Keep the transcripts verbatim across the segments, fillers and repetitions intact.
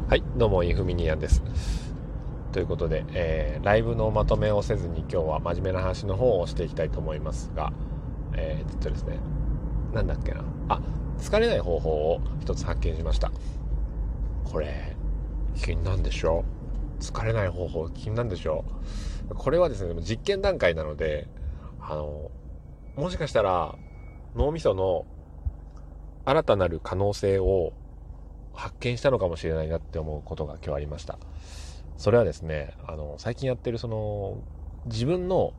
はい、どうもインフミニアンです。ということで、えー、ライブのまとめをせずに今日は真面目な話の方をしていきたいと思いますが、えー、っとですね、なんだっけなあ、疲れない方法を一つ発見しました。これ気になんでしょ疲れない方法気になんでしょこれはですね、実験段階なので、あのもしかしたら脳みその新たなる可能性を発見したのかもしれないなって思うことが今日ありました。それはですね、あの最近やってるその自分の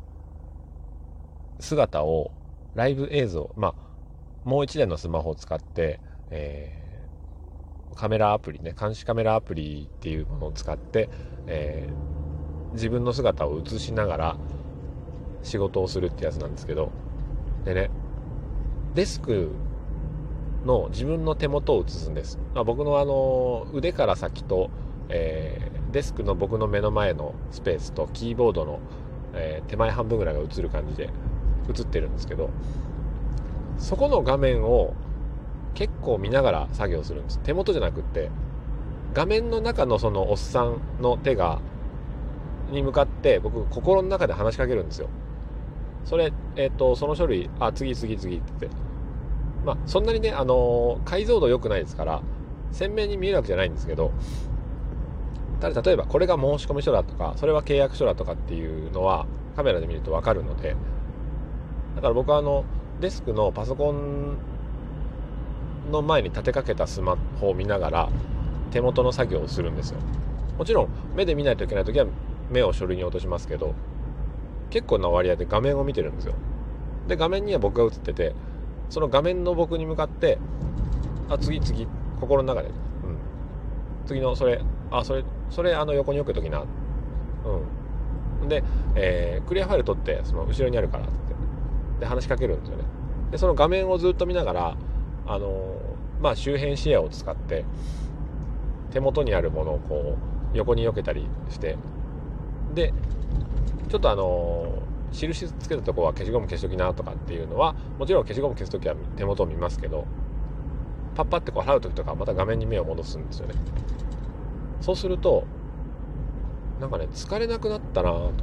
姿をライブ映像、まあもう一台のスマホを使って、えー、カメラアプリね、監視カメラアプリっていうものを使って、えー、自分の姿を映しながら仕事をするってやつなんですけど、でね、デスクの自分の手元を映すんです。まあ、僕のあの腕から先と、えー、デスクの僕の目の前のスペースとキーボードの、えー、手前半分ぐらいが映る感じで映ってるんですけど、そこの画面を結構見ながら作業するんです。手元じゃなくって画面の中のそのおっさんの手がに向かって僕心の中で話しかけるんですよ。それ、えっとその書類、あ、次次次って言って、まあそんなにね、あのー、解像度良くないですから鮮明に見えるわけじゃないんですけど、ただ例えばこれが申込書だとか、それは契約書だとかっていうのはカメラで見ると分かるので、だから僕はあのデスクのパソコンの前に立てかけたスマホを見ながら手元の作業をするんですよ。もちろん目で見ないといけない時は目を書類に落としますけど、結構な割合で画面を見てるんですよ。で画面には僕が映ってて、その画面の僕に向かって、あ、次次、心の中で、うん、次のそれ、あ、それそれあの横に置くときな、うん、で、えー、クリアファイル取ってその後ろにあるからってで話しかけるんですよね。でその画面をずっと見ながら、あのー、まあ周辺視野を使って手元にあるものをこう横に避けたりして、でちょっとあのー印つけたところは消しゴム消しときなとかっていうのは、もちろん消しゴム消すときは手元を見ますけど、パッパってこう払うときとかまた画面に目を戻すんですよね。そうするとなんかね、疲れなくなったなと思って、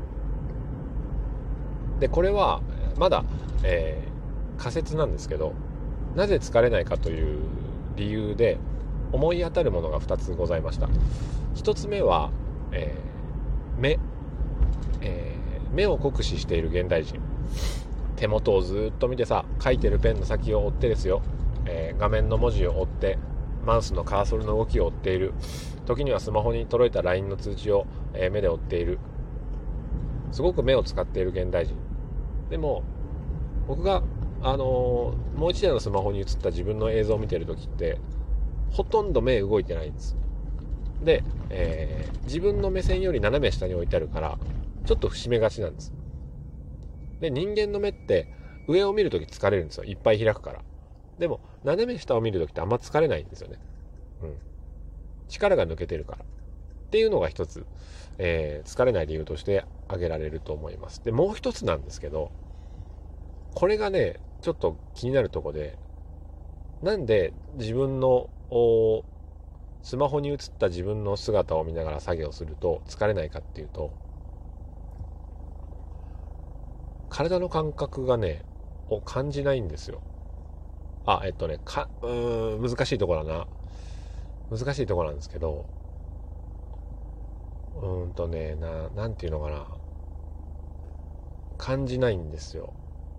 でこれはまだ、えー、仮説なんですけど、なぜ疲れないかという理由で思い当たるものがふたつございました。ひとつめは、えー、目、えー目を酷使している現代人、手元をずっと見てさ、書いてるペンの先を追ってですよ、えー、画面の文字を追って、マウスのカーソルの動きを追っている、時にはスマホに届いた ライン の通知を、えー、目で追っている、すごく目を使っている現代人。でも僕が、あのー、もう一台のスマホに映った自分の映像を見てる時ってほとんど目動いてないんです。で、えー、自分の目線より斜め下に置いてあるからちょっと節目がちなんです。で、人間の目って上を見るとき疲れるんですよ。いっぱい開くから。でも斜め下を見るときってあんま疲れないんですよね。うん。力が抜けてるからっていうのが一つ、えー、疲れない理由として挙げられると思います。で、もう一つなんですけど、これがねちょっと気になるところで、なんで自分のスマホに映った自分の姿を見ながら作業すると疲れないかっていうと、体の感覚がねを感じないんですよ。あ、えっとねかうーん難しいところだな難しいところなんですけど、うーんとねななんていうのかな、感じないんですよ。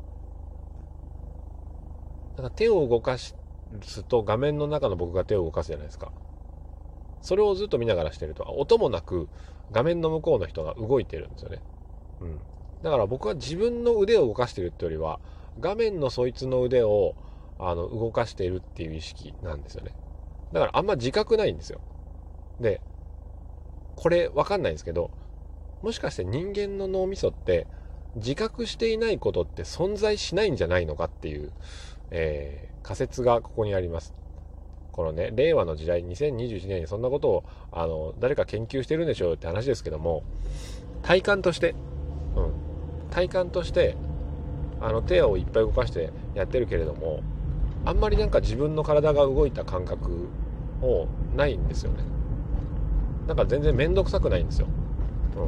だから手を動かすと画面の中の僕が手を動かすじゃないですか。それをずっと見ながらしてると音もなく画面の向こうの人が動いてるんですよね。うん。だから僕は自分の腕を動かしてるってよりは画面のそいつの腕をあの動かしているっていう意識なんですよね。だからあんま自覚ないんですよ。で、これわかんないんですけど、もしかして人間の脳みそって自覚していないことって存在しないんじゃないのかっていう、えー、仮説がここにあります。このね、令和の時代にせんにじゅういちねんにそんなことをあの誰か研究してるんでしょうって話ですけども、体感として、うん、体感としてあの手をいっぱい動かしてやってるけれども、あんまりなんか自分の体が動いた感覚をないんですよね。なんか全然面倒くさくないんですよ、うん、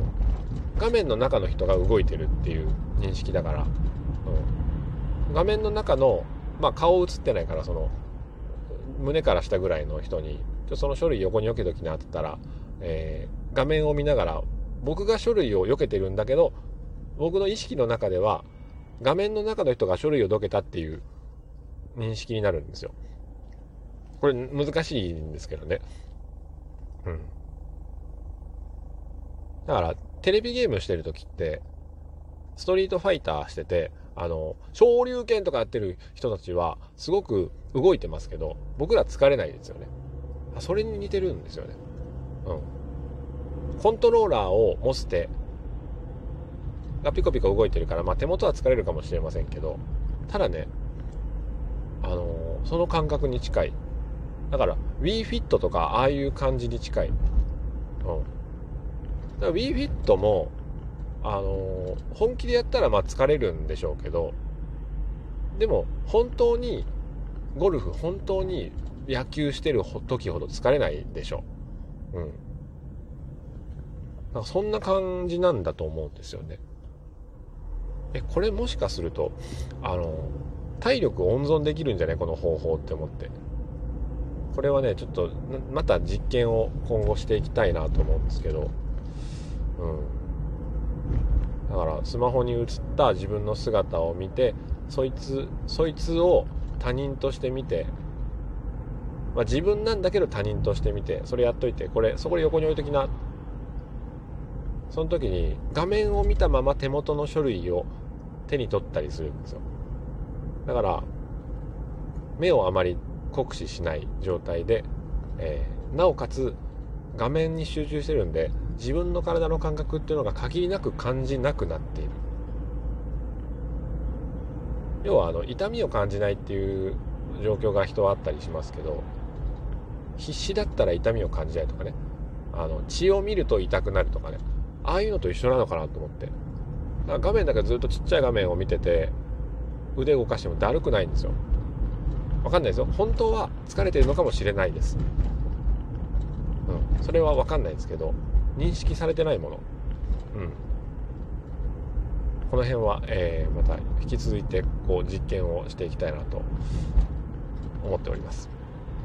画面の中の人が動いてるっていう認識だから、うん、画面の中の、まあ、顔映ってないから、その胸から下ぐらいの人にその書類横に避けときなって言ったら、えー、画面を見ながら僕が書類を避けてるんだけど、僕の意識の中では画面の中の人が書類をどけたっていう認識になるんですよ。これ難しいんですけどね。うん。だからテレビゲームしてる時ってストリートファイターしてて、あの昇竜拳とかやってる人たちはすごく動いてますけど、僕ら疲れないですよね。それに似てるんですよね。うん。コントローラーを持つ手がピコピコ動いてるから、まあ手元は疲れるかもしれませんけど、ただね、あのー、その感覚に近い。だから WeFit とかああいう感じに近い。うん。だから WeFit もあのー、本気でやったらまあ疲れるんでしょうけど、でも本当にゴルフ、本当に野球してる時ほど疲れないでしょ。うん。なんかそんな感じなんだと思うんですよね。え、これもしかするとあの体力温存できるんじゃないこの方法って思って、これはねちょっとまた実験を今後していきたいなと思うんですけど、うん、だからスマホに映った自分の姿を見て、そいつそいつを他人として見て、まあ、自分なんだけど他人として見て、それやっといて、これそこで横に置いときな。その時に画面を見たまま手元の書類を手に取ったりするんですよ。だから目をあまり酷使しない状態で、えー、なおかつ画面に集中してるんで、自分の体の感覚っていうのが限りなく感じなくなっている。要はあの痛みを感じないっていう状況が人はあったりしますけど、必死だったら痛みを感じないとかね、あの血を見ると痛くなるとかね、ああいうのと一緒なのかなと思って。だから画面だけずっとちっちゃい画面を見てて腕動かしてもだるくないんですよ。わかんないですよ。本当は疲れてるのかもしれないです。うん、それはわかんないですけど、認識されてないもの、うん、この辺は、えー、また引き続いてこう実験をしていきたいなと思っております。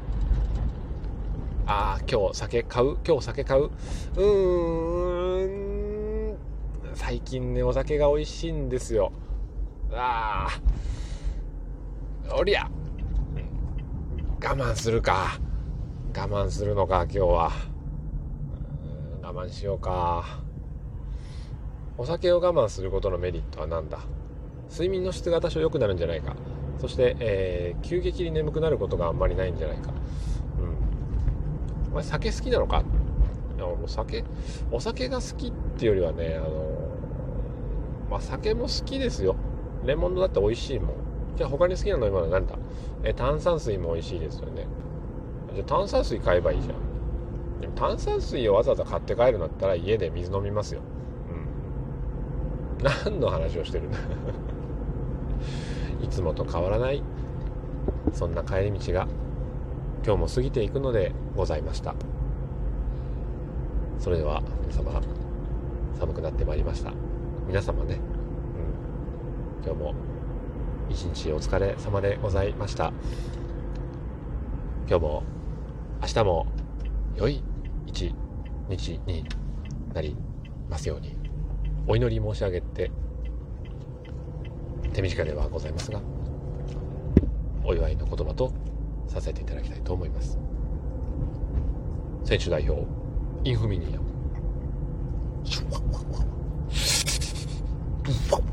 ああ、今日酒買う今日酒買ううーん最近ねお酒が美味しいんですよ。ああ、おりゃ我慢するか我慢するのか今日は。我慢しようか。お酒を我慢することのメリットは何だ。睡眠の質が多少良くなるんじゃないか。そして、えー、急激に眠くなることがあんまりないんじゃないか。うん。お前酒好きなのか。いやもう酒お酒が好きっていうよりはね、あのー、まあ酒も好きですよ。レモンだって美味しいもん。じゃあ他に好きな飲み物は何だ。え炭酸水も美味しいですよね。じゃあ炭酸水買えばいいじゃん。でも炭酸水をわざわざ買って帰るんだったら家で水飲みますよ。うん。何の話をしてるんだいつもと変わらないそんな帰り道が今日も過ぎていくのでございました。それでは皆様、寒くなってまいりました。皆様ね、うん、今日も一日お疲れ様でございました。今日も明日も良い一日になりますようにお祈り申し上げて、手短ではございますがお祝いの言葉とさせていただきたいと思います。選手代表インフミニアム